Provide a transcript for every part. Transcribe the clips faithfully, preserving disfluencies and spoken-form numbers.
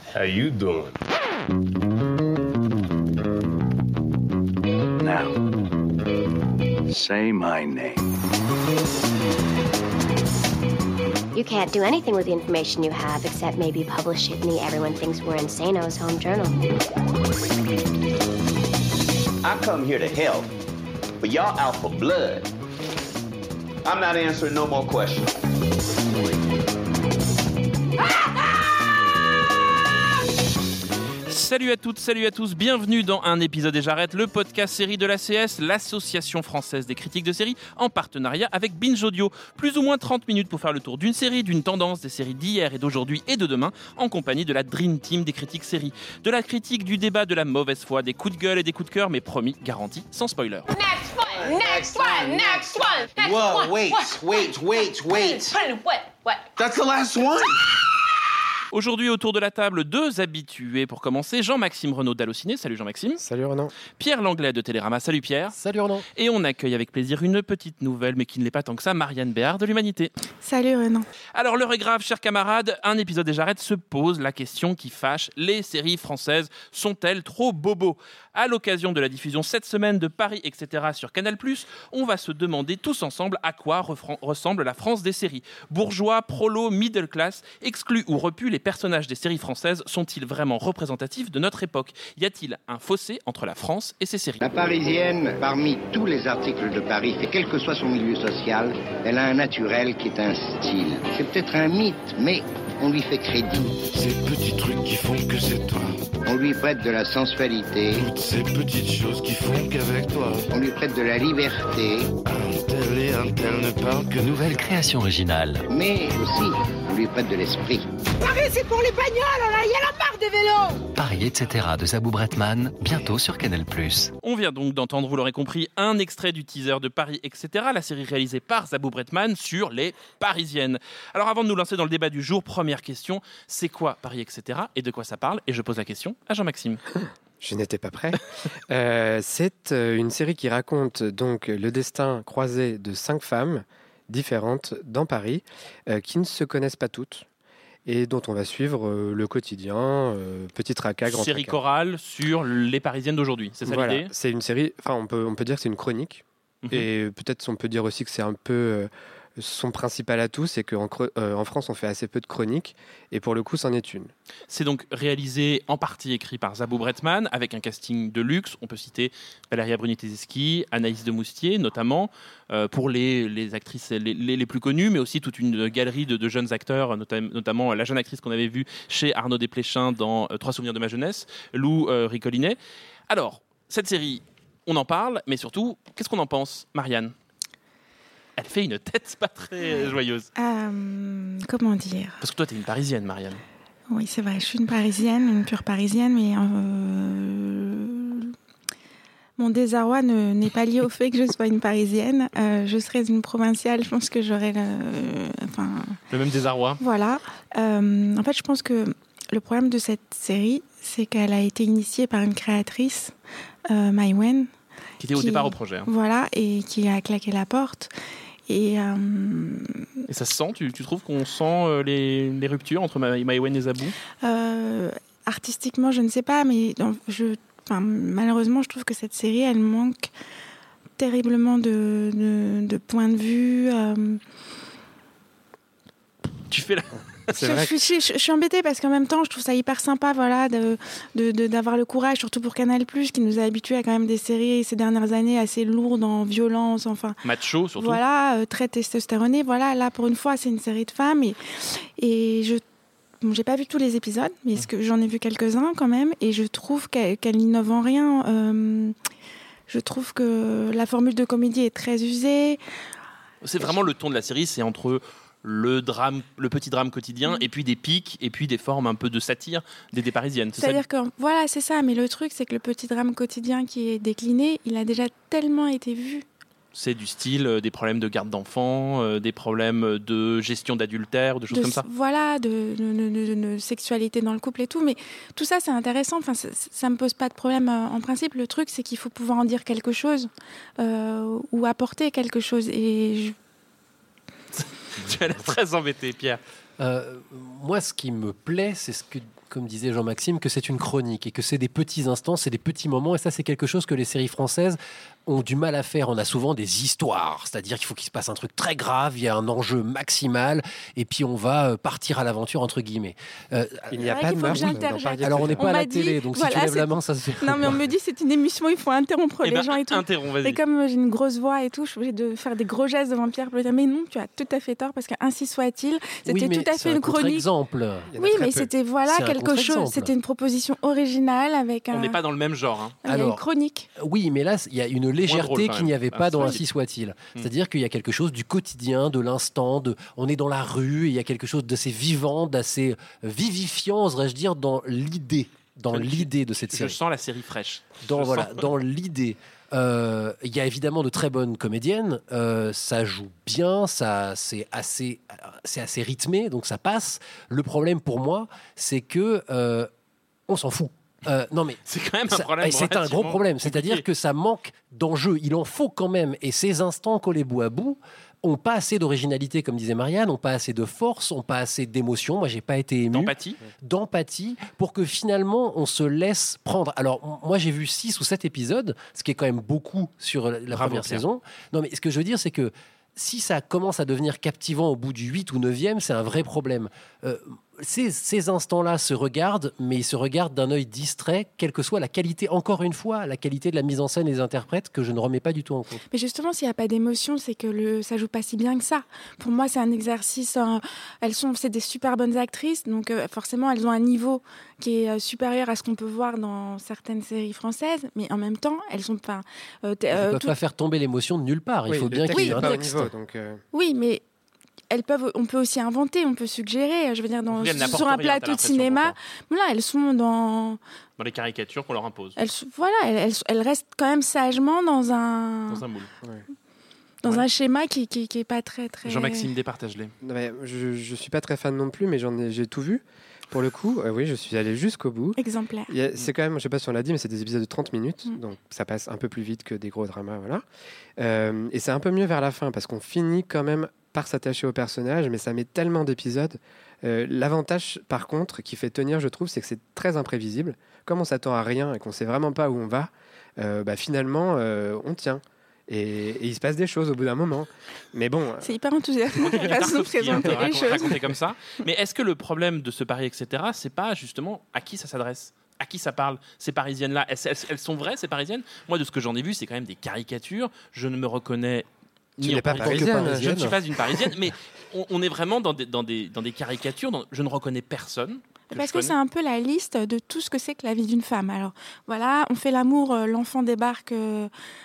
How you doing? Now, say my name. You can't do anything with the information you have except maybe publish it in the Everyone Thinks We're Insano's home journal. I come here to help, but y'all out for blood. I'm not answering no more questions. Salut à toutes, salut à tous, bienvenue dans Un épisode et j'arrête, le podcast série de l'A C S, l'Association française des critiques de séries, en partenariat avec Binge Audio. Plus ou moins trente minutes pour faire le tour d'une série, d'une tendance, des séries d'hier et d'aujourd'hui et de demain, en compagnie de la Dream Team des critiques séries. De la critique, du débat, de la mauvaise foi, des coups de gueule et des coups de cœur, mais promis, garanti, sans spoiler. Next one, next one, next one, next Whoa, one. wait, What? wait, wait, wait. Put it, what, what? That's the last one. Aujourd'hui, autour de la table, deux habitués pour commencer. Jean-Maxime Renaud d'Allociné. Salut Jean-Maxime. Salut Renaud. Pierre Langlais de Télérama. Salut Pierre. Salut Renaud. Et on accueille avec plaisir une petite nouvelle, mais qui ne l'est pas tant que ça, Marianne Béard de l'Humanité. Salut Renaud. Alors l'heure est grave, chers camarades. Un épisode et j'arrête se pose la question qui fâche. Les séries françaises sont-elles trop bobo ? À l'occasion de la diffusion cette semaine de Paris, et cetera sur Canal plus, on va se demander tous ensemble à quoi refran- ressemble la France des séries. Bourgeois, prolo, middle class, exclus ou repus, les personnages des séries françaises sont-ils vraiment représentatifs de notre époque ? Y a-t-il un fossé entre la France et ses séries ? La Parisienne, parmi tous les articles de Paris, et quel que soit son milieu social, elle a un naturel qui est un style. C'est peut-être un mythe, mais on lui fait crédit. Ces petits trucs qui font que c'est toi. On lui prête de la sensualité. Toutes ces petites choses qui font qu'avec toi. On lui prête de la liberté. Un tel et un tel ne parlent que nouvelle création originale. Mais aussi, on lui prête de l'esprit. Paris, c'est pour les bagnoles, là, il y a la marque des vélos. Paris, et cetera de Zabou Bretman, bientôt sur Canal plus. On vient donc d'entendre, vous l'aurez compris, un extrait du teaser de Paris, et cetera, la série réalisée par Zabou Bretman sur les Parisiennes. Alors avant de nous lancer dans le débat du jour, première question, c'est quoi Paris, et cetera et de quoi ça parle ? Et je pose la question à Jean-Maxime. Je n'étais pas prêt. euh, c'est une série qui raconte donc le destin croisé de cinq femmes différentes dans Paris, euh, qui ne se connaissent pas toutes et dont on va suivre euh, le quotidien, euh, petit tracas, grand série tracas. Chorale sur les Parisiennes d'aujourd'hui, c'est ça voilà, l'idée ? C'est une série, enfin on peut, on peut dire que c'est une chronique, mm-hmm. et peut-être on peut dire aussi que c'est un peu... Euh, son principal atout, c'est qu'en euh, en France, on fait assez peu de chroniques, et pour le coup, c'en est une. C'est donc réalisé, en partie écrit par Zabou Bretman, avec un casting de luxe. On peut citer Valéria Bruni-Tedeschi, Anaïs de Moustier, notamment, euh, pour les, les actrices les, les, les plus connues, mais aussi toute une galerie de, de jeunes acteurs, notam- notamment la jeune actrice qu'on avait vue chez Arnaud Desplechin dans euh, Trois souvenirs de ma jeunesse, Lou euh, Ricolinet. Alors, cette série, on en parle, mais surtout, qu'est-ce qu'on en pense, Marianne ? Elle fait une tête pas très joyeuse. Euh, comment dire ? Parce que toi, t'es une Parisienne, Marianne. Oui, c'est vrai. Je suis une Parisienne, une pure Parisienne, mais euh, mon désarroi ne, n'est pas lié au fait que je sois une Parisienne. Euh, je serais une provinciale, je pense que j'aurais le, euh, enfin, le même désarroi. Voilà. Euh, en fait, je pense que le problème de cette série, c'est qu'elle a été initiée par une créatrice, euh, Mai Wen, qui était au qui, départ au projet. Hein. Voilà, et qui a claqué la porte. Et, euh... et ça se sent, tu, tu trouves qu'on sent les, les ruptures entre Mai Wen et Zabou ? euh, Artistiquement, je ne sais pas, mais je, enfin, malheureusement, je trouve que cette série, elle manque terriblement de, de, de points de vue. Euh... Tu fais la... Je, je, je, je, je suis embêtée parce qu'en même temps, je trouve ça hyper sympa, voilà, de, de, de, d'avoir le courage, surtout pour Canal plus, qui nous a habitués à quand même des séries ces dernières années assez lourdes en violence, enfin... Macho, surtout. Voilà, euh, très testostéroné. Voilà, là, pour une fois, c'est une série de femmes. Et, et je... Bon, j'ai pas vu tous les épisodes, mais est-ce que j'en ai vu quelques-uns quand même, et je trouve qu'elle, qu'elle n'innove en rien. Euh, je trouve que la formule de comédie est très usée. C'est vraiment le ton de la série, c'est entre... le drame, le petit drame quotidien, mmh. et puis des pics, et puis des formes un peu de satire des, des Parisiennes. C'est C'est-à-dire ça que, voilà, c'est ça, mais le truc, c'est que le petit drame quotidien qui est décliné, il a déjà tellement été vu. C'est du style euh, des problèmes de garde d'enfants, euh, des problèmes de gestion d'adultère, de choses de, comme ça. Voilà, de, de, de, de, de sexualité dans le couple et tout, mais tout ça, c'est intéressant, enfin, ça, ça me pose pas de problème euh, en principe. Le truc, c'est qu'il faut pouvoir en dire quelque chose, euh, ou apporter quelque chose, et je... Tu as l'air très embêté, Pierre. Euh, moi, ce qui me plaît, c'est ce que comme disait Jean-Maxime, que c'est une chronique et que c'est des petits instants, c'est des petits moments. Et ça, c'est quelque chose que les séries françaises ont du mal à faire. On a souvent des histoires, c'est-à-dire qu'il faut qu'il se passe un truc très grave, il y a un enjeu maximal, et puis on va partir à l'aventure, entre guillemets. Euh, il n'y a pas de meurtre. Alors, on n'est pas à la dit, télé, donc voilà, si tu lèves c'est... la main, ça se fait. Non, mais on me dit c'est une émission, il faut interrompre Eh les ben, gens et tout. interromps, vas-y. Et comme j'ai une grosse voix et tout, je suis obligée de faire des gros gestes devant Pierre pour lui dire mais non, tu as tout à fait tort, parce qu'ainsi soit-il, c'était oui, tout à fait une chronique. Exemple. Oui, mais c'était voilà c'est quelque chose, c'était une proposition originale avec un. On n'est pas dans le même genre. Hein. Il y a une chronique. Oui, mais là, il y a une légèreté qu'il n'y avait pas ah, dans Ainsi soit-il. Mmh. C'est-à-dire qu'il y a quelque chose du quotidien, de l'instant, de, on est dans la rue, et il y a quelque chose d'assez vivant, d'assez vivifiant, oserais-je dire, dans l'idée, dans je, l'idée de cette je série. Je sens la série fraîche. Dans, je voilà, sens... dans l'idée. Euh, il y a évidemment de très bonnes comédiennes, euh, ça joue bien, ça, c'est, assez, c'est assez rythmé, donc ça passe. Le problème pour moi, c'est que euh, on s'en fout. Euh, non mais c'est quand même ça, un problème. C'est un gros problème, c'est-à-dire compliqué. que ça manque d'enjeu. Il en faut quand même, et ces instants collés bout à bout ont pas assez d'originalité, comme disait Marianne, ont pas assez de force, ont pas assez d'émotion. Moi, j'ai pas été ému. D'empathie. D'empathie, pour que finalement on se laisse prendre. Alors, moi, j'ai vu six ou sept épisodes, ce qui est quand même beaucoup sur la Bravo, première Pierre. saison. Non, mais ce que je veux dire, c'est que si ça commence à devenir captivant au bout du huit ou neuvième, c'est un vrai problème. Euh, ces, ces instants-là se regardent, mais ils se regardent d'un œil distrait, quelle que soit la qualité, encore une fois, la qualité de la mise en scène et des interprètes, que je ne remets pas du tout en compte. Mais justement, s'il n'y a pas d'émotion, c'est que le, ça joue pas si bien que ça. Pour moi, c'est un exercice... Euh, elles sont, c'est des super bonnes actrices, donc euh, forcément, elles ont un niveau qui est euh, supérieur à ce qu'on peut voir dans certaines séries françaises, mais en même temps, elles sont pas... Euh, Elles ne peuvent tout... pas faire tomber l'émotion de nulle part. Il oui, faut bien qu'il y ait un texte. Niveau, donc euh... Oui, mais... Elles peuvent, on peut aussi inventer, on peut suggérer. Je veux dire, dans, oui, sur un rien, plateau de cinéma, là, elles sont dans dans les caricatures qu'on leur impose. Elles, voilà, elles, elles, elles restent quand même sagement dans un dans un moule, ouais. dans ouais. un schéma qui, qui qui est pas très très. Jean-Maxime, départage-les. Je je suis pas très fan non plus, mais j'en ai j'ai tout vu. Pour le coup, euh, oui, je suis allé jusqu'au bout. Exemplaire. Il y a, c'est quand même, je sais pas si on l'a dit, mais c'est des épisodes de trente minutes, mmh. donc ça passe un peu plus vite que des gros dramas, voilà. Euh, et c'est un peu mieux vers la fin parce qu'on finit quand même par s'attacher au personnage, mais ça met tellement d'épisodes. Euh, l'avantage, par contre, qui fait tenir, je trouve, c'est que c'est très imprévisible. Comme on s'attend à rien et qu'on sait vraiment pas où on va, euh, bah, finalement, euh, on tient. Et, et il se passe des choses au bout d'un moment. Mais bon... C'est hyper enthousiasmant. On nous présenter les choses. Raconter comme ça. Mais est-ce que le problème de ce pari, et cetera, c'est pas justement à qui ça s'adresse ? À qui ça parle, ces parisiennes-là ? elles, elles, elles sont vraies, ces parisiennes ? Moi, de ce que j'en ai vu, c'est quand même des caricatures. Je ne me reconnais... Tu n'es pas parisienne. parisienne. Je ne suis pas une parisienne, mais on, on est vraiment dans des, dans des, dans des caricatures. Dans, je ne reconnais personne. Que Parce que c'est un peu la liste de tout ce que c'est que la vie d'une femme. Alors voilà, on fait l'amour, euh, l'enfant débarque euh,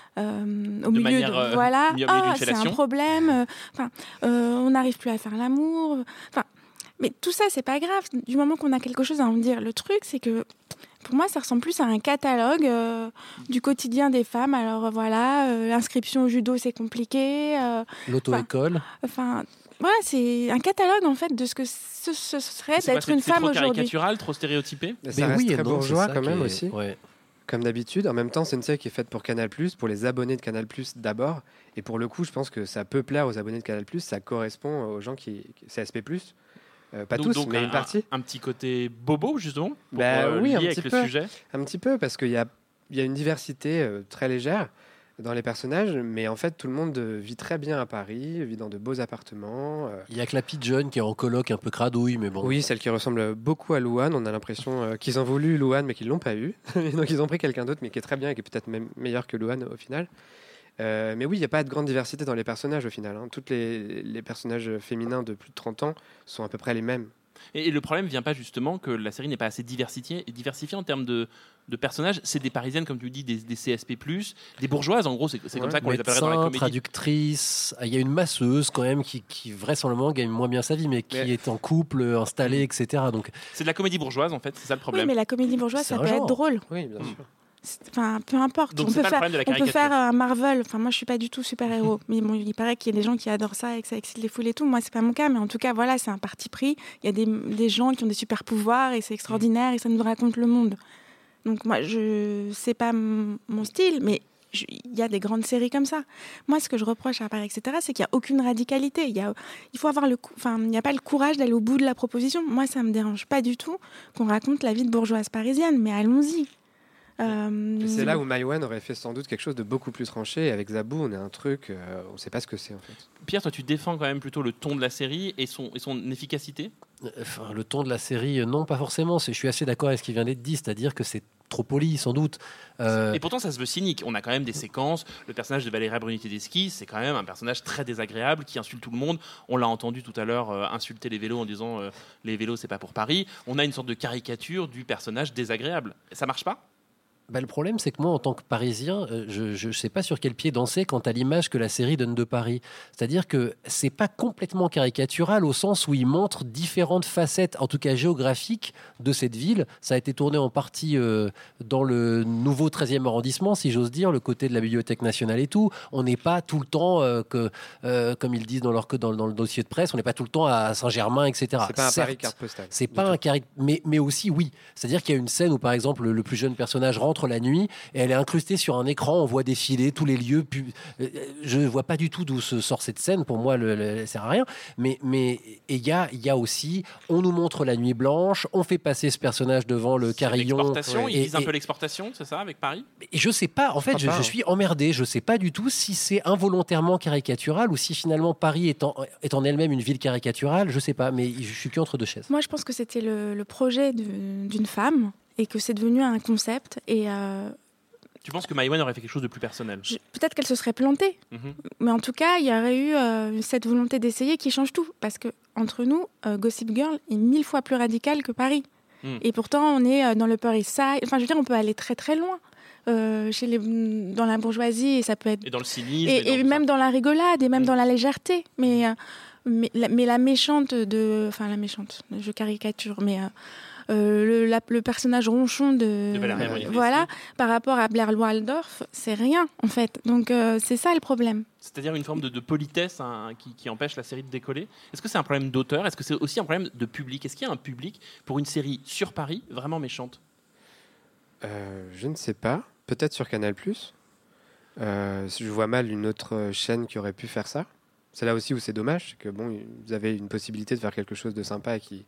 euh, au de milieu manière, de... Euh, voilà, ah, c'est un problème. Enfin, euh, on n'arrive plus à faire l'amour. Enfin, mais tout ça, c'est pas grave. Du moment qu'on a quelque chose à en dire. Le truc, c'est que pour moi, ça ressemble plus à un catalogue euh, du quotidien des femmes. Alors euh, voilà, euh, l'inscription au judo, c'est compliqué. Euh, L'auto-école. Enfin, voilà, c'est un catalogue en fait de ce que ce, ce serait c'est d'être quoi, une c'est femme trop aujourd'hui. Caricatural, trop stéréotypé. Mais ça mais reste oui, très non, bourgeois quand même est... aussi. Ouais. Comme d'habitude, en même temps, c'est une série qui est faite pour Canal+, pour les abonnés de Canal+, d'abord. Et pour le coup, je pense que ça peut plaire aux abonnés de Canal+, ça correspond aux gens qui... C S P plus. Euh, pas donc, tous, donc mais un, une partie. Un, un petit côté bobo, justement, pour bah, euh, oui, lier un avec petit le peu, sujet. Un petit peu, parce qu'il y a, il y a une diversité euh, très légère dans les personnages, mais en fait, tout le monde vit très bien à Paris, vit dans de beaux appartements. Euh... Il y a que la petite jeune qui est en coloc un peu cradouille, mais bon. Oui, celle qui ressemble beaucoup à Louane. On a l'impression euh, qu'ils ont voulu Louane, mais qu'ils ne l'ont pas eu. Donc, ils ont pris quelqu'un d'autre, mais qui est très bien et qui est peut-être même meilleur que Louane au final. Euh, mais oui, il n'y a pas de grande diversité dans les personnages au final. Hein. Toutes les, les personnages féminins de plus de trente ans sont à peu près les mêmes. Et, et le problème vient pas justement que la série n'est pas assez diversifiée, diversifiée en termes de, de personnages. C'est des parisiennes, comme tu dis, des, des C S P plus, des bourgeoises, en gros, c'est, c'est ouais, comme ça qu'on les appellerait dans la comédie. Traductrice, il y a une masseuse quand même qui, qui vraisemblablement gagne moins bien sa vie, mais qui mais... est en couple, installée, et cetera. Donc... C'est de la comédie bourgeoise, en fait, c'est ça le problème. Oui, mais la comédie bourgeoise, c'est ça peut genre. être drôle. Oui, bien sûr. Mmh. Enfin, peu importe. Donc on, c'est peut pas faire, le on peut faire un Marvel. Enfin, moi, je suis pas du tout super-héros. mais bon, il paraît qu'il y a des gens qui adorent ça et que ça excite les foules et tout. Moi, c'est pas mon cas. Mais en tout cas, voilà, c'est un parti pris. Il y a des, des gens qui ont des super-pouvoirs et c'est extraordinaire et ça nous raconte le monde. Donc moi, je c'est pas m- mon style, mais je- il y a des grandes séries comme ça. Moi, ce que je reproche à Paris, et cetera, c'est qu'il n'y a aucune radicalité. Il y a, il faut avoir le, cou- enfin, il n'y a pas le courage d'aller au bout de la proposition. Moi, ça me dérange pas du tout qu'on raconte la vie de bourgeoise parisienne, mais allons-y. Euh, Et c'est là où Maïwenn aurait fait sans doute quelque chose de beaucoup plus tranché. Avec Zabou, on a un truc, euh, on ne sait pas ce que c'est en fait. Pierre, toi, tu défends quand même plutôt le ton de la série et son, et son efficacité. Enfin, le ton de la série, euh, non, pas forcément. C'est- Je suis assez d'accord avec ce qui vient d'être dit, c'est-à-dire que c'est trop poli, sans doute. Euh, Et pourtant, ça se veut cynique. On a quand même des séquences. Le personnage de Valéria Bruni-Tedeschi, c'est quand même un personnage très désagréable qui insulte tout le monde. On l'a entendu tout à l'heure euh, insulter les vélos en disant euh, les vélos, c'est pas pour Paris. On a une sorte de caricature du personnage désagréable. Ça marche pas? Bah, le problème, c'est que moi, en tant que Parisien, euh, je ne sais pas sur quel pied danser quant à l'image que la série donne de Paris. C'est-à-dire que c'est pas complètement caricatural au sens où il montre différentes facettes, en tout cas géographiques, de cette ville. Ça a été tourné en partie euh, dans le nouveau treizième arrondissement, si j'ose dire, le côté de la Bibliothèque nationale et tout. On n'est pas tout le temps, euh, que, euh, comme ils disent dans, leur, dans, dans le dossier de presse, on n'est pas tout le temps à Saint-Germain, et cetera. C'est pas un Certes, Paris carte postale. c'est pas un cari- mais, mais aussi oui. C'est-à-dire qu'il y a une scène où, par exemple, le, le plus jeune personnage rentre la nuit et elle est incrustée sur un écran. On voit défiler tous les lieux. Pu- euh, Je vois pas du tout d'où se sort cette scène. Pour moi, le, le, elle sert à rien. Mais mais et il y a il y a aussi, on nous montre la nuit blanche. On fait passer ce personnage devant le carillon. L'exportation, ils Et- disent un et- peu l'exportation, c'est ça, avec Paris? et je sais pas, en fait, crois je, pas, je hein. suis emmerdé. Je sais pas du tout si c'est involontairement caricatural ou si finalement Paris est en, est en elle-même une ville caricaturale. Je sais pas, mais je suis que entre deux chaises. Moi, je pense que c'était le, le projet de- d'une femme et que c'est devenu un concept. Et euh, Tu penses que Maïwenn aurait fait quelque chose de plus personnel? je- peut-être qu'elle se serait plantée. Mhm. Mais en tout cas, il y aurait eu euh, cette volonté d'essayer qui change tout. Parce que entre nous, euh, Gossip Girl est mille fois plus radical que Paris. Mm. Et pourtant, on est euh, dans l'Upper East Side. Enfin, je veux dire, on peut aller très très loin euh, chez les, dans la bourgeoisie. Et ça peut être Et dans le cynisme. et, et dans et tout même ça. dans la rigolade et même Mm. dans la légèreté. Mais, euh, mais, la, mais la méchante de... Enfin, la méchante, je caricature, mais... euh, euh, le, la- le personnage ronchon de, De Valéria Bruni-Tedeschi. voilà, par rapport à Blair Waldorf, c'est rien en fait. Donc euh, c'est ça le problème. C'est-à-dire une forme de, de politesse hein, qui, qui empêche la série de décoller. Est-ce que c'est un problème d'auteur? Est-ce que c'est aussi un problème de public? Est-ce qu'il y a un public pour une série sur Paris vraiment méchante? Euh, je ne sais pas. Peut-être sur Canal+. Euh, je vois mal une autre chaîne qui aurait pu faire ça. C'est là aussi où c'est dommage, c'est que bon, vous avez une possibilité de faire quelque chose de sympa qui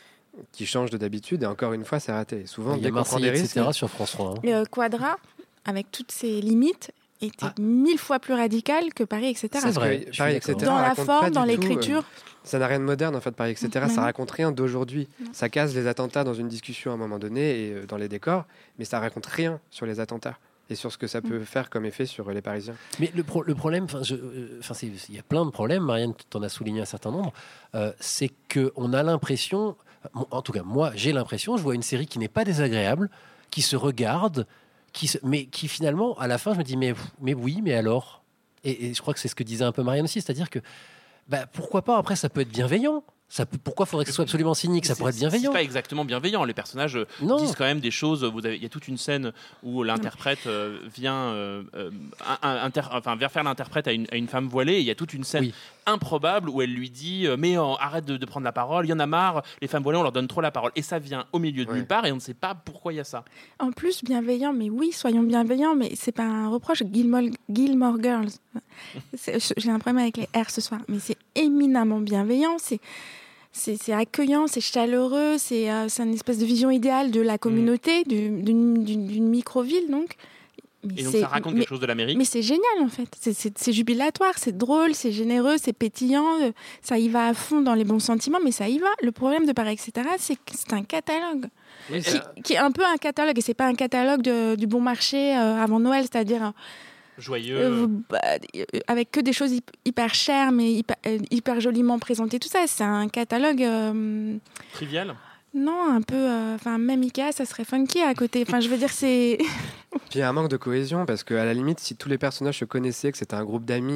qui change de d'habitude. Et encore une fois, c'est raté. Et souvent, Il y a dès qu'on prend des Marseille, risques, et cetera sur France trois. hein. Le Quadra, avec toutes ses limites, était Ah. mille fois plus radical que Paris, et cetera. C'est vrai. que je suis Paris, d'accord. et cetera Dans la raconte pas forme, du dans tout, l'écriture. euh, ça n'a rien de moderne en fait, Paris, et cetera. Non. Ça raconte rien d'aujourd'hui. Ça casse les attentats dans une discussion à un moment donné et euh, dans les décors, mais ça raconte rien sur les attentats et sur ce que ça peut faire comme effet sur euh, les Parisiens. Mais le, pro- le problème, enfin, je- euh, enfin, c'est- il y a plein de problèmes. Marianne, tu en as souligné un certain nombre. Euh, c'est que on a l'impression, en tout cas moi, j'ai l'impression, je vois une série qui n'est pas désagréable, qui se regarde, qui se, mais qui finalement, à la fin, je me dis mais mais oui, mais alors. Et, et je crois que c'est ce que disait un peu Marianne aussi, c'est-à-dire que bah, pourquoi pas après ça peut être bienveillant. Ça peut, pourquoi faudrait que ce soit absolument cynique? Ça C'est- pourrait être C'est bienveillant. pas exactement bienveillant. Les personnages euh, Non. disent quand même des choses. Vous avez- Il y a toute une scène où l'interprète euh, vient, euh, euh, un- un- inter- enfin, vient faire l'interprète à une, à une femme voilée. Et il y a toute une scène Oui. improbable où elle lui dit euh, mais euh, arrête de, de prendre la parole. Il y en a marre. Les femmes voilées, on leur donne trop la parole. Et ça vient au milieu de Ouais. nulle part et on ne sait pas pourquoi il y a ça. En plus, bienveillant, mais oui, soyons bienveillants, mais c'est pas un reproche. Gilmore, Gilmore Girls, C'est- j'ai un problème avec les R ce soir, mais c'est éminemment bienveillant, c'est c'est c'est accueillant, c'est chaleureux, c'est euh, c'est une espèce de vision idéale de la communauté, du- d'une d'une- d'une micro-ville, donc. Mais Et donc c'est- ça raconte mais- quelque chose de l'Amérique. Mais c'est génial en fait, c'est- c'est c'est jubilatoire, c'est drôle, c'est généreux, c'est pétillant, euh, ça y va à fond dans les bons sentiments, mais ça y va. Le problème de Paris, et cetera, c'est que c'est un catalogue. Oui, Qui, ça- qui est un peu un catalogue, et c'est pas un catalogue de- du bon marché euh, avant Noël, c'est-à-dire Joyeux. euh, vous- bah, euh, avec que des choses hyp- hyper chères, mais hyper, euh, hyper joliment présentées, tout ça. C'est un catalogue, euh, Trivial. non, un peu, euh, enfin même Ikea, ça serait funky à côté. Enfin, je veux dire, c'est Puis il y a un manque de cohésion parce qu'à la limite, si tous les personnages se connaissaient, que c'était un groupe d'amis,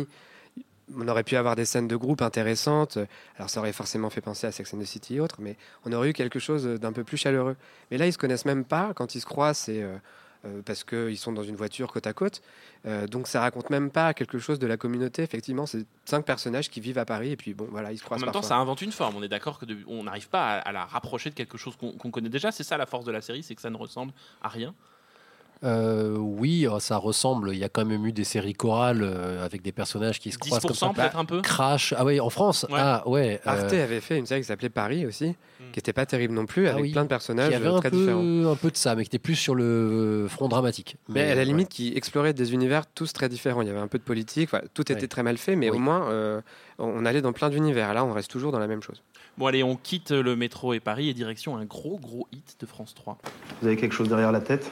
on aurait pu avoir des scènes de groupe intéressantes. Alors ça aurait forcément fait penser à Sex and the City et autres, mais on aurait eu quelque chose d'un peu plus chaleureux. Mais là, ils se connaissent même pas. Quand ils se croisent, c'est euh, euh, parce qu'ils sont dans une voiture côte à côte. Euh, donc ça raconte même pas quelque chose de la communauté. Effectivement, c'est cinq personnages qui vivent à Paris et puis bon, voilà, ils se En croisent même temps, parfois. ça invente une forme. On est d'accord que de- on n'arrive pas à, à la rapprocher de quelque chose qu'on qu'on connaît déjà. C'est ça la force de la série, c'est que ça ne ressemble à rien. Euh, oui, ça ressemble. Il y a quand même eu des séries chorales euh, avec des personnages qui se croisent comme ça. peut-être un peu. Crash. Ah oui, en France. Ouais. Ah ouais. euh, Arte avait fait une série qui s'appelait Paris aussi, Mm. qui était pas terrible non plus, Ah avec oui. plein de personnages qui avait un très peu, différents. un peu de ça, mais qui était plus sur le front dramatique. Mais à la ouais. limite, qui explorait des univers tous très différents. Il y avait un peu de politique, enfin, tout était Ouais. très mal fait, mais Oui. au moins, euh, on allait dans plein d'univers. Là, on reste toujours dans la même chose. Bon, allez, on quitte le métro et Paris et direction un gros, gros hit de France trois. Vous avez quelque chose derrière la tête?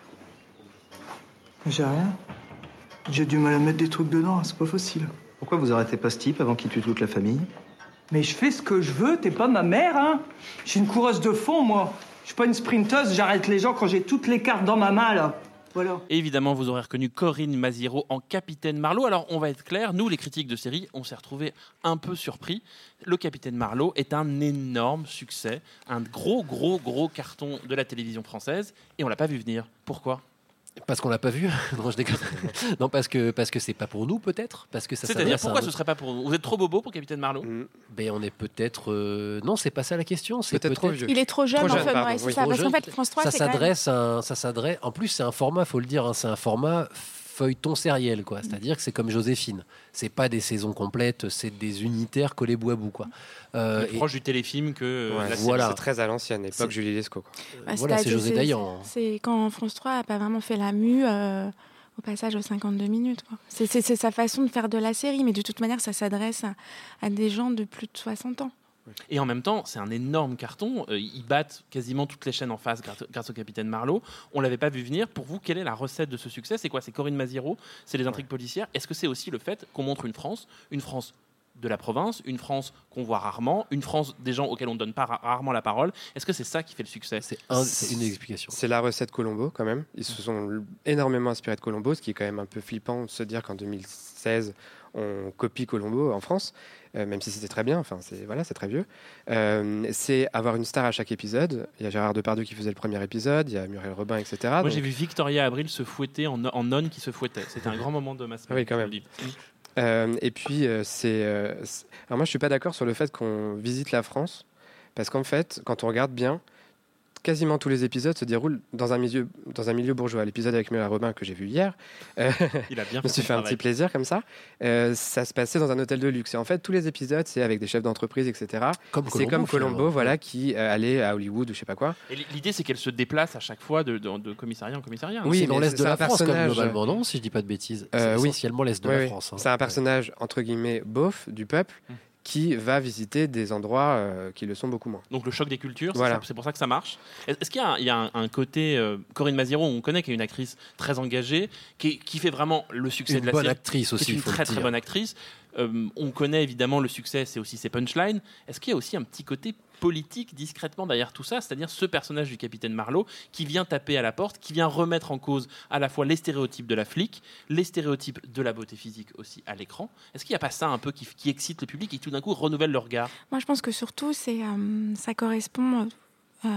J'ai rien. J'ai du mal à mettre des trucs dedans, c'est pas facile. Pourquoi vous arrêtez pas ce type avant qu'il tue toute la famille? Mais je fais ce que je veux, t'es pas ma mère, hein. Je suis une coureuse de fond, moi. Je suis pas une sprinteuse, j'arrête les gens quand j'ai toutes les cartes dans ma main, là. Voilà. Et évidemment, vous aurez reconnu Corinne Maziero en Capitaine Marlowe. Alors, on va être clair, nous, les critiques de série, on s'est retrouvés un peu surpris. Le Capitaine Marlowe est un énorme succès, un gros, gros, gros carton de la télévision française, et on l'a pas vu venir. Pourquoi ? Parce qu'on l'a pas vu. Non, je déconne. Non, parce que parce que c'est pas pour nous peut-être. Parce que ça. C'est-à-dire s'adresse pourquoi à un- ce serait pas pour vous ? Vous êtes trop bobo pour Capitaine Marlowe ? Ben on est peut-être. euh, Non, c'est pas ça la question. C'est Peut-être trop vieux. Il est trop jeune, Trop en jeune, fait, pardon, ouais, c'est oui. ça. Trop Parce qu'en jeune. fait, France trois, ça c'est quand même... s'adresse à un- ça s'adresse. En plus, c'est un format, faut le dire, hein, c'est un format feuilleton sériel, quoi. C'est-à-dire que c'est comme Joséphine. C'est pas des saisons complètes, c'est des unitaires collés bout à bout, quoi. Euh, Plus et- proche du téléfilm que euh, Ouais, la série. voilà. C'est très à l'ancienne, époque C'est- Julie Lescaut. quoi. Bah, voilà, c'est c'est-à-dire, José Dayan. C'est quand France trois n'a pas vraiment fait la mue euh, au passage aux cinquante-deux minutes. quoi. C'est, c'est- c'est sa façon de faire de la série, mais de toute manière, ça s'adresse à, à des gens de plus de soixante ans. Et en même temps, c'est un énorme carton. Euh, ils battent quasiment toutes les chaînes en face grâce, grâce au Capitaine Marlowe. On l'avait pas vu venir. Pour vous, quelle est la recette de ce succès ? C'est quoi ? C'est Corinne Maziero ? C'est les intrigues policières ? Est-ce que c'est aussi le fait qu'on montre une France, une France de la province, une France qu'on voit rarement, une France des gens auxquels on ne donne pas ra- rarement la parole ? Est-ce que c'est ça qui fait le succès ? C'est, un- c'est une explication. C'est la recette Colombo quand même. Ils se sont l- énormément inspirés de Colombo, ce qui est quand même un peu flippant de se dire qu'en deux mille seize, on copie Colombo en France, euh, même si c'était très bien. Enfin, c'est voilà, c'est très vieux. Euh, c'est avoir une star à chaque épisode. Il y a Gérard Depardieu qui faisait le premier épisode, il y a Muriel Robin, et cetera. Moi, Donc- j'ai vu Victoria Abril se fouetter en, en nonne qui se fouettait. C'était un grand moment de ma semaine. Ah oui, quand même. je le dis. Euh, et puis, euh, c'est, euh, c'est- alors moi, je suis pas d'accord sur le fait qu'on visite la France, parce qu'en fait, quand on regarde bien, quasiment tous les épisodes se déroulent dans un milieu, dans un milieu bourgeois. L'épisode avec Muriel Robin que j'ai vu hier, euh, Il a bien je me fait suis son fait un travail. petit plaisir comme ça. Euh, ça se passait dans un hôtel de luxe. Et en fait, tous les épisodes, c'est avec des chefs d'entreprise, et cetera. Comme c'est Colombo, comme Colombo, finalement. voilà, qui euh, allait à Hollywood ou je sais pas quoi. Et l'idée, c'est qu'elle se déplace à chaque fois de, de- de commissariat en commissariat. Oui, c'est dans mais l'est c'est de la un France, comme personnage- globalement, non ? Si je dis pas de bêtises. Euh, c'est oui. essentiellement l'est de Oui, la oui. France. hein. C'est un personnage, entre guillemets, beauf du peuple, Mmh. qui va visiter des endroits euh, qui le sont beaucoup moins. Donc le choc des cultures, c'est Voilà. ça- c'est pour ça que ça marche. Est- Est-ce qu'il y a un, il y a un, un côté euh, Corinne Maziero, on connaît, qui est une actrice très engagée, qui, est- qui fait vraiment le succès Une de la bonne série, actrice aussi, qui est il une faut le très très dire. bonne actrice. Euh, on connaît évidemment le succès, c'est aussi ses punchlines. Est-ce qu'il y a aussi un petit côté politique discrètement derrière tout ça, c'est-à-dire ce personnage du Capitaine Marlowe qui vient taper à la porte, qui vient remettre en cause à la fois les stéréotypes de la flic, les stéréotypes de la beauté physique aussi à l'écran. Est-ce qu'il n'y a pas ça un peu qui, qui excite le public et qui tout d'un coup renouvelle le regard ? Moi, je pense que surtout, c'est, euh, ça correspond euh,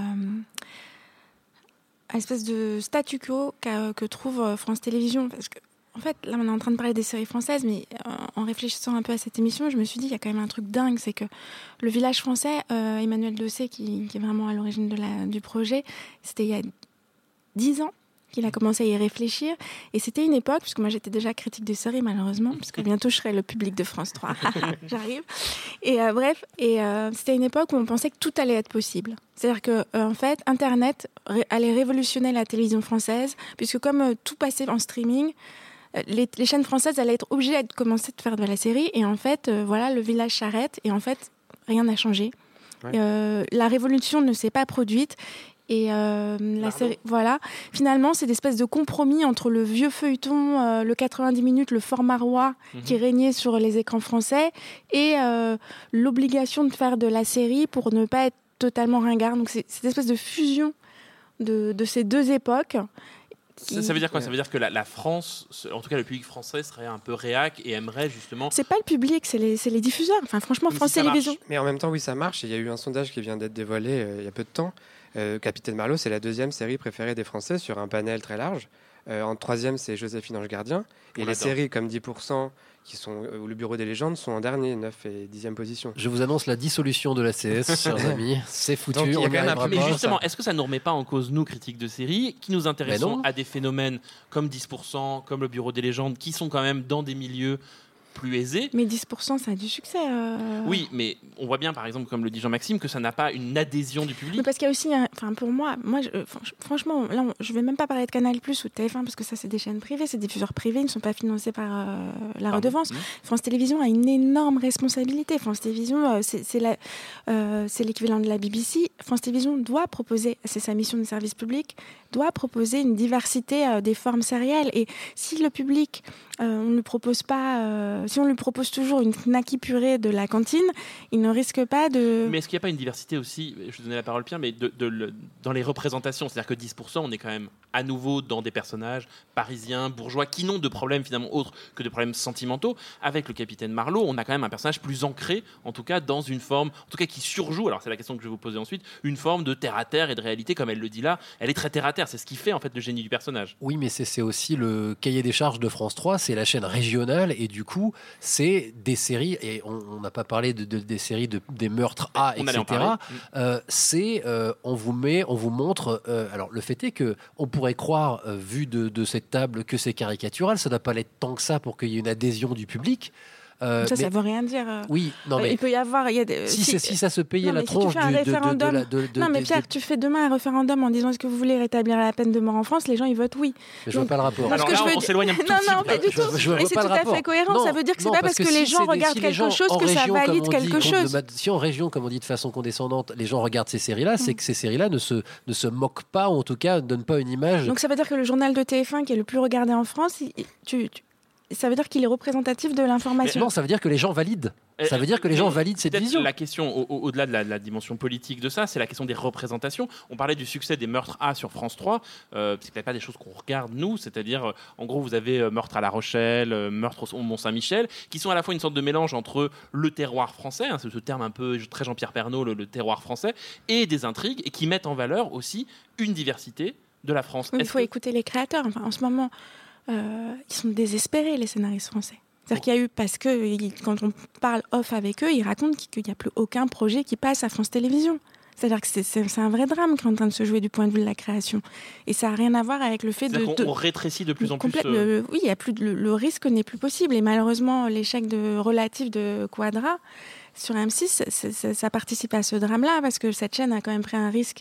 à l'espèce de statu quo qu'a- que trouve euh, France Télévisions. Parce que, en fait, là, on est en train de parler des séries françaises, mais euh, en réfléchissant un peu à cette émission, je me suis dit, il y a quand même un truc dingue, c'est que le village français, euh, Emmanuel Dossé, qui, qui est vraiment à l'origine de la, du projet, c'était il y a dix ans qu'il a commencé à y réfléchir. Et c'était une époque, puisque moi j'étais déjà critique de séries malheureusement, puisque bientôt je serai le public de France trois. J'arrive. Et euh, bref, et euh, c'était une époque où on pensait que tout allait être possible. C'est-à-dire que euh, en fait, Internet ré- allait révolutionner la télévision française, puisque comme euh, tout passait en streaming, euh, les, les chaînes françaises allaient être obligées de commencer de faire de la série. Et en fait, euh, voilà, le village s'arrête. Et en fait, rien n'a changé. Ouais. Euh, la révolution ne s'est pas produite. Et euh, la série, voilà. Finalement, c'est des espèces de compromis entre le vieux feuilleton, euh, le quatre-vingt-dix minutes, le format roi Mhm. qui régnait sur les écrans français, et euh, l'obligation de faire de la série pour ne pas être totalement ringard. Donc, c'est cette espèce de fusion de, de ces deux époques. Ça, ça veut dire quoi ? Ça veut dire que la, la France, ce- en tout cas le public français, serait un peu réac et aimerait justement. C'est pas le public, c'est les, c'est les diffuseurs. Enfin, franchement, Mais France si ça Télévisions. Mais en même temps, oui, ça marche. Et il y a eu un sondage qui vient d'être dévoilé euh, il y a peu de temps. Euh, Capitaine Marlowe, c'est la deuxième série préférée des Français sur un panel très large, Euh, en troisième, c'est Joséphine Ange Gardien. Et On les adore. séries séries comme dix pour cent, qui sont euh, Le Bureau des légendes, sont en dernier, neuf et dixième position. Je vous annonce la dissolution de la C S, chers amis. C'est foutu. Donc, il y a on quand n'y même un arrivera peu- Mais pas. justement, est-ce que ça ne remet pas en cause, nous, critiques de séries, qui nous intéressons non. à des phénomènes comme dix pour cent, comme le Bureau des légendes, qui sont quand même dans des milieux plus aisés? Mais dix pour cent, ça a du succès. euh. Oui, mais on voit bien, par exemple, comme le dit Jean-Maxime, que ça n'a pas une adhésion du public. Mais parce qu'il y a aussi, un- enfin pour moi, moi je- euh, franch- franchement, là, on- je vais même pas parler de Canal+ ou de T F un parce que ça c'est des chaînes privées, c'est des diffuseurs privés, ils ne sont pas financés par euh, la redevance. Mmh. France Télévisions a une énorme responsabilité. France Télévisions, euh, c'est c'est la- euh, c'est l'équivalent de la B B C. France Télévisions doit proposer, c'est sa mission de service public, doit proposer une diversité euh, des formes sérielles. Et si le public, euh, on ne lui propose pas, euh, si on lui propose toujours une knacky purée de la cantine, il ne risque pas de. Mais est-ce qu'il n'y a pas une diversité aussi, je vais donner la parole Pierre, mais de, de le- dans les représentations? C'est-à-dire que dix pour cent, on est quand même à nouveau dans des personnages parisiens, bourgeois, qui n'ont de problèmes finalement autres que de problèmes sentimentaux. Avec le capitaine Marlowe, on a quand même un personnage plus ancré, en tout cas dans une forme, en tout cas qui surjoue, alors c'est la question que je vais vous poser ensuite, une forme de terre-à-terre et de réalité, comme elle le dit là, elle est très terre-à-terre, c'est ce qui fait en fait le génie du personnage. Oui, mais c'est c'est aussi le cahier des charges de France trois, c'est la chaîne régionale, et du coup, c'est des séries, et on on n'a pas parlé de, de- des séries de, des meurtres A, On allait en et cetera. Euh, c'est, euh, on vous met, on vous montre. euh, alors, le fait est que on pourrait croire, euh, vu de, de cette table, que c'est caricatural. Ça n'a pas l'être tant que ça pour qu'il y ait une adhésion du public. Euh, ça, mais- ça veut rien dire. euh. Oui, non Euh, mais Il peut y avoir. Il y a des, si, c'est- si ça se payait Non, la mais si tronche tu fais un du- de, de- de référendum- la- de- de- non, mais des- Pierre, des- tu fais demain un référendum en disant est-ce que vous voulez rétablir la peine de mort en France, les gens ils votent oui. Mais je vois pas le rapport. Donc, Alors ce que là, je veux on dire- s'éloigne un tout Non, petit non, peu. pas du tout. Je- je vois Et c'est pas tout le à rapport. fait cohérent. Non, ça veut dire que c'est non, pas parce que, si les c'est gens des- regardent si les quelque gens chose en que ça région, comme valide on dit, quelque groupe de chose. mat- si en région, comme on dit de façon condescendante, les gens regardent ces séries-là, c'est que ces séries-là ne se, ne se moquent pas, ou en tout cas ne donnent pas une image. Donc ça veut dire que le journal de T F un qui est le plus regardé en France, il- tu- tu- ça veut dire qu'il est représentatif de l'information. Non, ça veut dire que les gens valident. Ça veut dire que les gens valident cette Peut-être vision. La question, au- au- au-delà de la, de la dimension politique de ça, c'est la question des représentations. On parlait du succès des meurtres A sur France trois. Euh, c'est peut-être pas des choses qu'on regarde nous, c'est-à-dire, euh, en gros, vous avez euh, meurtre à La Rochelle, euh, meurtre au Mont-Saint-Michel, qui sont à la fois une sorte de mélange entre le terroir français, hein, c'est ce terme un peu très Jean-Pierre Pernaut, le, le terroir français, et des intrigues, et qui mettent en valeur aussi une diversité de la France. Oui, il Est-ce faut que- écouter les créateurs. Enfin, en ce moment, euh, ils sont désespérés, les scénaristes français. C'est-à-dire qu'il y a eu, parce que ils- quand on parle off avec eux, ils racontent qu'il n'y a plus aucun projet qui passe à France Télévisions. C'est-à-dire que c'est- c'est c'est un vrai drame qui est en train de se jouer du point de vue de la création. Et ça n'a rien à voir avec le fait de... C'est-à-dire qu'on- de- on rétrécit de plus en plus. Complète- euh, le- oui, il y a plus de- le, le risque n'est plus possible. Et malheureusement, l'échec de, relatif de Quadra sur M six, ça, ça- ça participe à ce drame-là, parce que cette chaîne a quand même pris un risque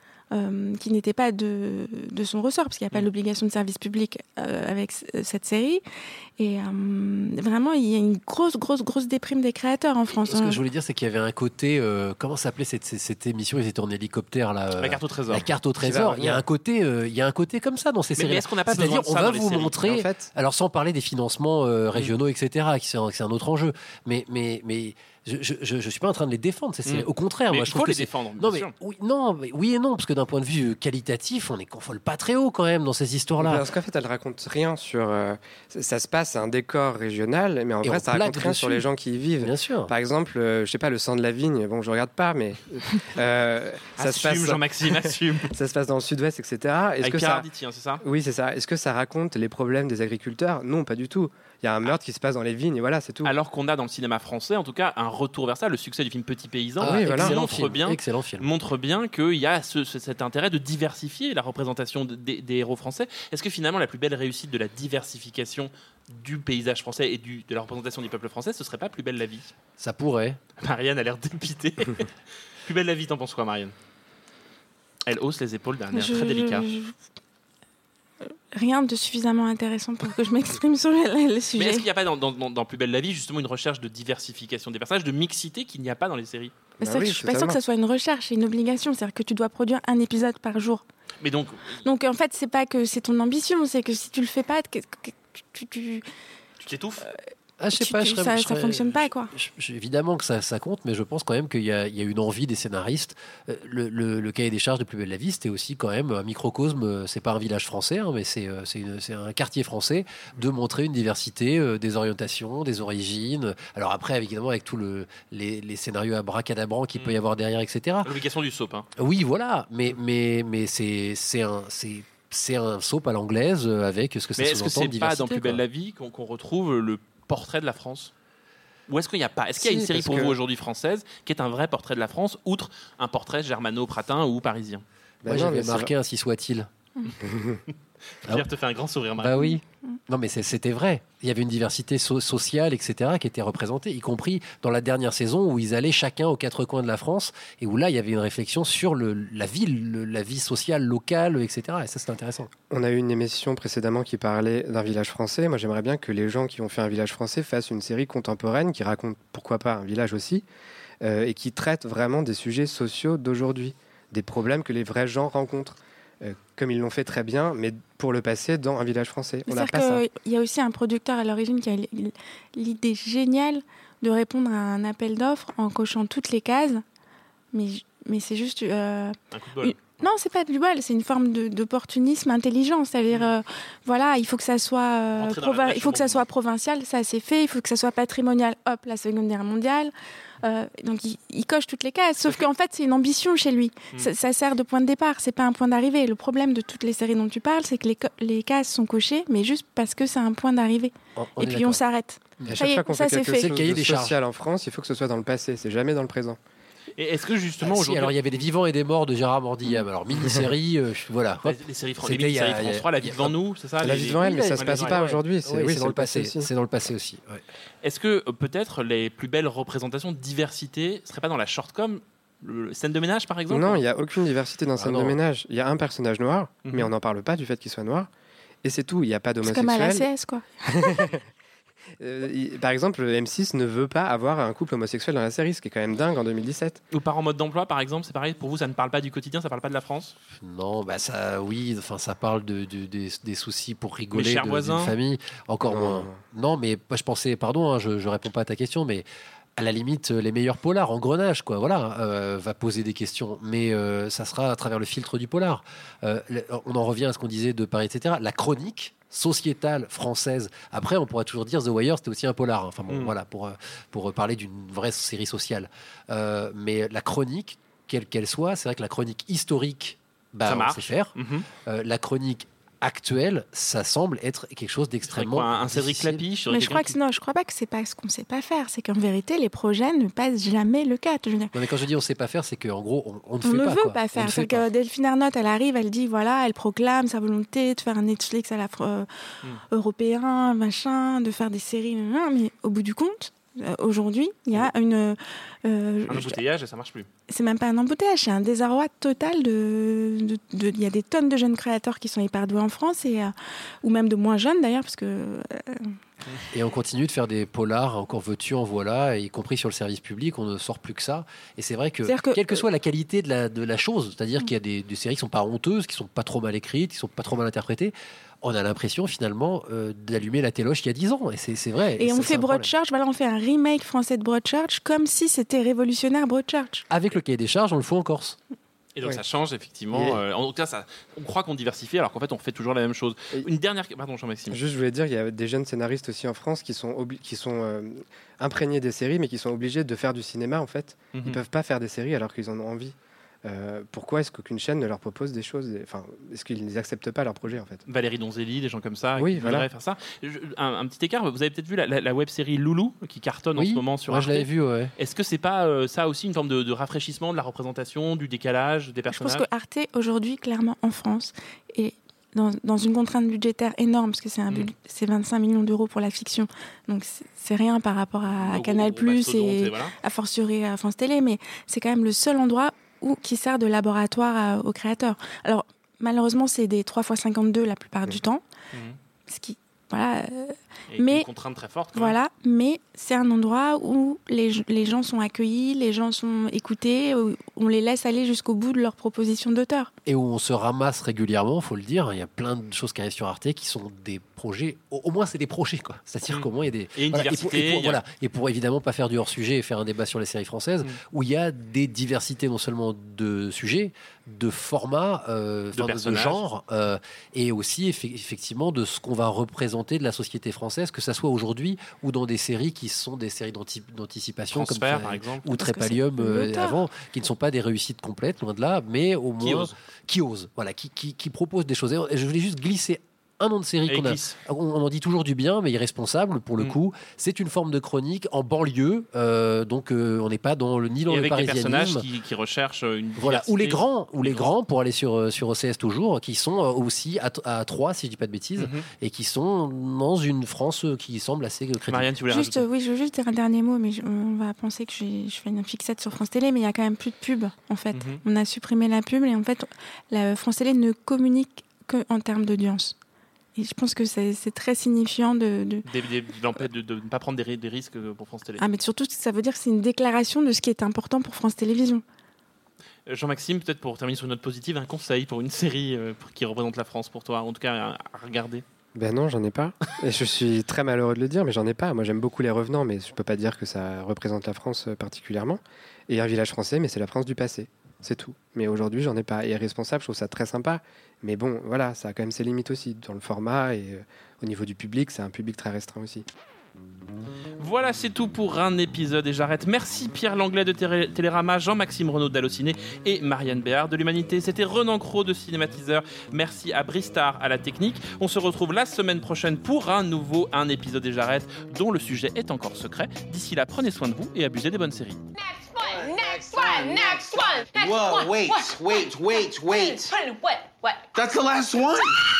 euh, qui n'était pas de, de son ressort, parce qu'il n'y a pas l'obligation de service public euh, avec c- cette série. Et euh, vraiment, il y a une grosse, grosse, grosse déprime des créateurs en France. Ce que hein. je voulais dire, c'est qu'il y avait un côté. euh, comment s'appelait cette, cette, cette émission? Ils étaient en hélicoptère là. euh, La carte au trésor. La carte au Qui va trésor. Il y a revenir. un côté, euh, il y a un côté comme ça dans ces Mais- séries. mais est-ce qu'on n'a pas C'est-à-dire, besoin de on ça va dans les vous séries montrer. En fait- Alors, sans parler des financements euh, régionaux, et cetera, qui c'est un, c'est un autre enjeu. Mais, mais, mais je, je, je, je suis pas en train de les défendre. Ces séries. Mm. Au contraire, Mais moi, il je faut trouve que les c'est- défendre, Non, bien mais sûr. oui, non, mais oui et non, parce que d'un point de vue qualitatif, on est qu'on vole pas très haut quand même dans ces histoires-là. Parce qu'en fait, elle raconte rien sur. euh, ça, ça se passe à un décor régional, mais en Et vrai, on ça raconte plaque rien dessus. sur les gens qui y vivent. Bien sûr. Par exemple, euh, je sais pas, le sang de la vigne. Bon, je regarde pas, mais euh, ça se Assume, passe. Jean-Maxime, assume. Ça se passe dans le Sud-Ouest, et cetera. Est-ce Avec que Pierre ça... Arditi, hein, c'est ça? Oui, c'est ça. Est-ce que ça raconte les problèmes des agriculteurs? Non, pas du tout. Il y a un meurtre qui se passe dans les vignes, et voilà, c'est tout. Alors qu'on a dans le cinéma français, en tout cas, un retour vers ça. Le succès du film Petit Paysan Ah oui, voilà. montre Excellent film, bien, excellent film. montre bien qu'il y a ce- ce- cet intérêt de diversifier la représentation de- des, des héros français. Est-ce que finalement la plus belle réussite de la diversification du paysage français et du, de la représentation du peuple français, ce serait pas Plus belle la vie? Ça pourrait. Marianne a l'air dépitée. Plus belle la vie, t'en penses quoi, Marianne? Elle hausse les épaules d'un air Je- très délicat. je- Rien de suffisamment intéressant pour que je m'exprime sur le, le Mais sujet. est-ce qu'il n'y a pas dans, dans- dans- dans Plus belle la vie justement une recherche de diversification des personnages, de mixité qu'il n'y a pas dans les séries? Mais Bah c'est- oui, je suis pas sûre totalement. que ça soit une recherche, c'est une obligation. C'est-à-dire que tu dois produire un épisode par jour. Mais donc, Donc en fait, c'est pas que c'est ton ambition, c'est que si tu le fais pas, que- que- tu, tu- tu t'étouffes? Ah, je sais tu- pas, tu- je serais- ça, je ça serais- fonctionne pas, quoi. je- je- évidemment que ça, ça compte, mais je pense quand même qu'il y a, il y a une envie des scénaristes. Euh, Le, le- le cahier des charges de Plus belle la vie, c'était aussi quand même un microcosme. euh, C'est pas un village français, hein, mais c'est euh, c'est une- c'est un quartier français, de montrer une diversité euh, des orientations, des origines. Alors après, évidemment, avec tous le, les, les scénarios abracadabrants qu'il peut y avoir derrière, et cetera. L'obligation du soap. Hein. Oui, voilà, mais, mais, mais c'est c'est un. c'est- c'est un soap à l'anglaise avec ce que ça Mais sous-entend est-ce que c'est de pas diversité, dans Plus belle quoi. la vie qu'on, qu'on retrouve le portrait de la France ? Ou est-ce qu'il y a pas ? Est-ce qu'il y a Si, une série parce pour que- vous aujourd'hui française qui est un vrai portrait de la France, outre un portrait germano-pratin ou parisien ? Bah Moi, non, j'avais mais c'est marqué ainsi soit-il. Pierre te fait un grand sourire maintenant. Bah oui. Non, mais c'est- c'était vrai. Il y avait une diversité so- sociale, et cetera, qui était représentée, y compris dans la dernière saison où ils allaient chacun aux quatre coins de la France et où là, il y avait une réflexion sur le, la ville, le- la vie sociale locale, et cetera. Et ça, c'est intéressant. On a eu une émission précédemment qui parlait d'un village français. Moi, j'aimerais bien que les gens qui ont fait un village français fassent une série contemporaine qui raconte, pourquoi pas, un village aussi, euh, et qui traite vraiment des sujets sociaux d'aujourd'hui, des problèmes que les vrais gens rencontrent, euh, comme ils l'ont fait très bien, mais pour le passer dans un village français. On n'a pas ça. C'est-à-dire qu'il y a aussi un producteur à l'origine qui a l- l'idée géniale de répondre à un appel d'offres en cochant toutes les cases, mais, mais c'est juste... euh, Un coup de bol. une- Non, c'est pas du bol, c'est une forme de- d'opportunisme intelligent. C'est-à-dire, euh, voilà, il faut que ça soit, euh, Rentrer dans la provi- brèche il faut au que ça bon soit provincial, ça c'est fait. Il faut que ça soit patrimonial, hop, la Seconde Guerre mondiale. Euh, donc il, il coche toutes les cases. Sauf qu'en fait, c'est une ambition chez lui. Hmm. Ça, ça sert de point de départ, c'est pas un point d'arrivée. Le problème de toutes les séries dont tu parles, c'est que les, co- les cases sont cochées, mais juste parce que c'est un point d'arrivée. On- on Et est puis d'accord. on s'arrête. Et à Ça chaque y est, fois qu'on ça, fait c'est quelque fait. C'est le chose cahier de des charges. social en France, il faut que ce soit dans le passé, c'est jamais dans le présent. Et est-ce que justement Ah, si, aujourd'hui, alors il y avait des vivants et des morts de Gérard Mordillat. Alors mini-série, euh, voilà. les, Hop. les séries, fran- C'était les il y a- mini-séries il y a- France trois, La vie il y a- devant nous, c'est ça La les- vie devant elle, mais les- ça se les- passe les- pas ouais. aujourd'hui. C'est Oui, oui, c'est dans le passé. aussi. C'est dans le passé aussi. ouais. Est-ce que euh, peut-être les plus belles représentations de diversité seraient pas dans la shortcom, le scène de ménage par exemple ? Non, il n'y a aucune diversité dans Ah Scène non. de ménage. Il y a un personnage noir, Mhm. mais on n'en parle pas du fait qu'il soit noir. Et c'est tout, il n'y a pas C'est comme à la C d'homosexuel. S, quoi. Euh, il- par exemple, M six ne veut pas avoir un couple homosexuel dans la série, ce qui est quand même dingue en deux mille dix-sept. Ou par en mode d'emploi par exemple, c'est pareil pour vous, ça ne parle pas du quotidien, ça parle pas de la France ? Non, bah ça, oui, enfin ça parle de, de- des, des soucis pour rigoler chers de- voisins. d'une famille. Encore Non, moins. non. Non, mais moi, je pensais, pardon, hein, je, je réponds pas à ta question, mais à la limite, euh, les meilleurs polars, Engrenage, quoi, voilà, euh, va poser des questions, mais euh, ça sera à travers le filtre du polar. Euh, le- on en revient à ce qu'on disait de Paris, et cetera. La chronique sociétale française. Après, on pourrait toujours dire The Wire, c'était aussi un polar. hein. Enfin bon, Mm. voilà, pour, euh, pour parler d'une vraie série sociale. Euh, mais la chronique, quelle qu'elle soit, c'est vrai que la chronique historique, bah, Ça on marche. sait faire. Mhm. Euh, la chronique actuelle, ça semble être quelque chose Ce serait d'extrêmement quoi, un Cédric difficile. Clapy sur Mais je crois que non, je crois pas que c'est pas ce qu'on sait pas faire. C'est qu'en vérité, les projets ne passent jamais le cap. Je veux dire, Non, mais quand je dis on sait pas faire, c'est qu'en gros, on, on ne on fait ne pas. veut quoi. pas On faire. ne fait C'est pas. que Delphine Arnott, elle arrive, elle dit voilà, elle proclame sa volonté de faire un Netflix à la fr- euh, Hmm. européen, machin, de faire des séries. nan, nan, Mais au bout du compte, euh, aujourd'hui, il y a une. euh, un je- embouteillage et ça marche plus. c'est même pas un embouteillage, c'est un désarroi total de. de- de- Il y a des tonnes de jeunes créateurs qui sont hyper doués en France, et, euh, ou même de moins jeunes d'ailleurs, parce que. euh, Et on continue de faire des polars, encore veux-tu, en voilà, y compris sur le service public, on ne sort plus que ça. Et c'est vrai que, C'est-à-dire que- quelle que soit la qualité de la, de la chose, c'est-à-dire qu'il y a des, des séries qui sont pas honteuses, qui sont pas trop mal écrites, qui sont pas trop mal interprétées, on a l'impression finalement euh, d'allumer la téloche il y a dix ans. Et c'est c'est vrai. Et, ça, on c'est fait un problème. Broadchurch, voilà, on fait un remake français de Broadchurch comme si c'était révolutionnaire Broadchurch. Avec le cahier des charges, on le fait en Corse. Et donc Ouais. ça change effectivement. Et- Euh, en tout cas, ça, on croit qu'on diversifie alors qu'en fait on fait toujours la même chose. Et- Une dernière. Pardon, Jean-Maxime. Juste, je voulais dire, il y a des jeunes scénaristes aussi en France qui sont, obli- qui sont euh, imprégnés des séries, mais qui sont obligés de faire du cinéma en fait. Mhm. Ils peuvent pas faire des séries alors qu'ils en ont envie. Euh, pourquoi est-ce qu'aucune chaîne ne leur propose des choses des- Enfin, est-ce qu'ils n'acceptent pas leur projet en fait Valérie Donzelli, des gens comme ça, Oui, qui voilà. voudraient faire ça. Je- un, un petit écart, vous avez peut-être vu la, la, la web-série Loulou qui cartonne en Oui, ce moment sur moi Arte. je l'avais vu, ouais. Est-ce que c'est pas euh, ça aussi une forme de, de rafraîchissement de la représentation, du décalage des Je personnages pense que Arte, aujourd'hui, clairement, en France, est dans, dans une contrainte budgétaire énorme, parce que c'est un Mm. budget- c'est vingt-cinq millions d'euros pour la fiction. Donc, c'est- c'est rien par rapport à, Au- Canal+, au mastodonte, et et voilà. à fortiori à France Télé, mais c'est quand même le seul endroit où, qui sert de laboratoire à- aux créateurs. Alors, malheureusement, c'est des trois fois cinquante-deux la plupart du temps, Mhm. ce qui... Voilà, euh, Et mais- une contrainte très forte. quand même. voilà, mais c'est un endroit où les, les gens sont accueillis, les gens sont écoutés, où on les laisse aller jusqu'au bout de leurs propositions d'auteur. Et où on se ramasse régulièrement, faut le dire. Il y a plein de choses qui arrivent sur Arte qui sont des projets. Au, au moins, c'est des projets, quoi. C'est-à-dire Mm. qu'au moins, il y a des. Et une voilà, diversité, pour, et pour- il y a- voilà. Et pour évidemment pas faire du hors-sujet et faire un débat sur les séries françaises, Mm. où il y a des diversités non seulement de sujets, de format, euh, De de, de personnages. genre, euh, et aussi effe- effectivement de ce qu'on va représenter de la société française, que ça soit aujourd'hui ou dans des séries qui sont des séries d'anti- d'anticipation, comme Transfert, ça, par exemple. ou Parce que Trépalium c'est euh, l'auteur. avant, qui ne sont pas des réussites complètes, loin de là, mais au Qui moins osent. qui osent, voilà, qui, qui, qui proposent des choses. Et je voulais juste glisser un nom de série Allez, qu'on a. glisse. On, on en dit toujours du bien, mais irresponsable pour le Mm. coup. C'est une forme de chronique en banlieue, euh, donc euh, on n'est pas dans le ni dans Et le avec des parisianisme. personnages qui, qui recherchent une Voilà, ou les diversité. grands, ou les Les grands pour aller sur euh, sur O C S toujours, qui sont euh, aussi à, à trois, si je dis pas de bêtises, Mhm. et qui sont dans une France euh, qui semble assez euh, crédible. Marianne, tu voulais Juste, rajouter oui, je veux juste dire un dernier mot, mais je- on va penser que j'ai- je fais une fixette sur France Télé, mais il y a quand même plus de pub, en fait. Mhm. On a supprimé la pub, et en fait, la France Télé ne communique qu'en termes d'audience. Et je pense que c'est c'est très signifiant de... de- Des- des- l'empêche de de ne pas prendre des, ri- des risques pour France Télé. Ah, mais surtout, ça veut dire que c'est une déclaration de ce qui est important pour France Télévisions. Euh, Jean-Maxime, peut-être pour terminer sur une note positive, un conseil pour une série euh, pour- qui représente la France pour toi, en tout cas à, à regarder. Ben non, j'en ai pas. Et je suis très malheureux de le dire, mais j'en ai pas. Moi, j'aime beaucoup Les Revenants, mais je peux pas dire que ça représente la France euh, particulièrement. Et Un village français, mais c'est la France du passé. C'est tout. Mais aujourd'hui, j'en ai pas. Et Responsable, je trouve ça très sympa. Mais bon, voilà, ça a quand même ses limites aussi dans le format et euh, au niveau du public, c'est un public très restreint aussi. Voilà, c'est tout pour un épisode et j'arrête. Merci Pierre Langlais de Télé- Télérama, Jean-Maxime Renaud d'Allociné et Marianne Béard de l'Humanité. C'était Renan Cros de Cinématiseur. Merci à Bristar à la technique. On se retrouve la semaine prochaine pour un nouveau Un épisode et j'arrête, dont le sujet est encore secret. D'ici là, prenez soin de vous et abusez des bonnes séries. Next one, next one, next Whoa, one. wait, what, wait, wait, wait. What? What? What? That's the last one.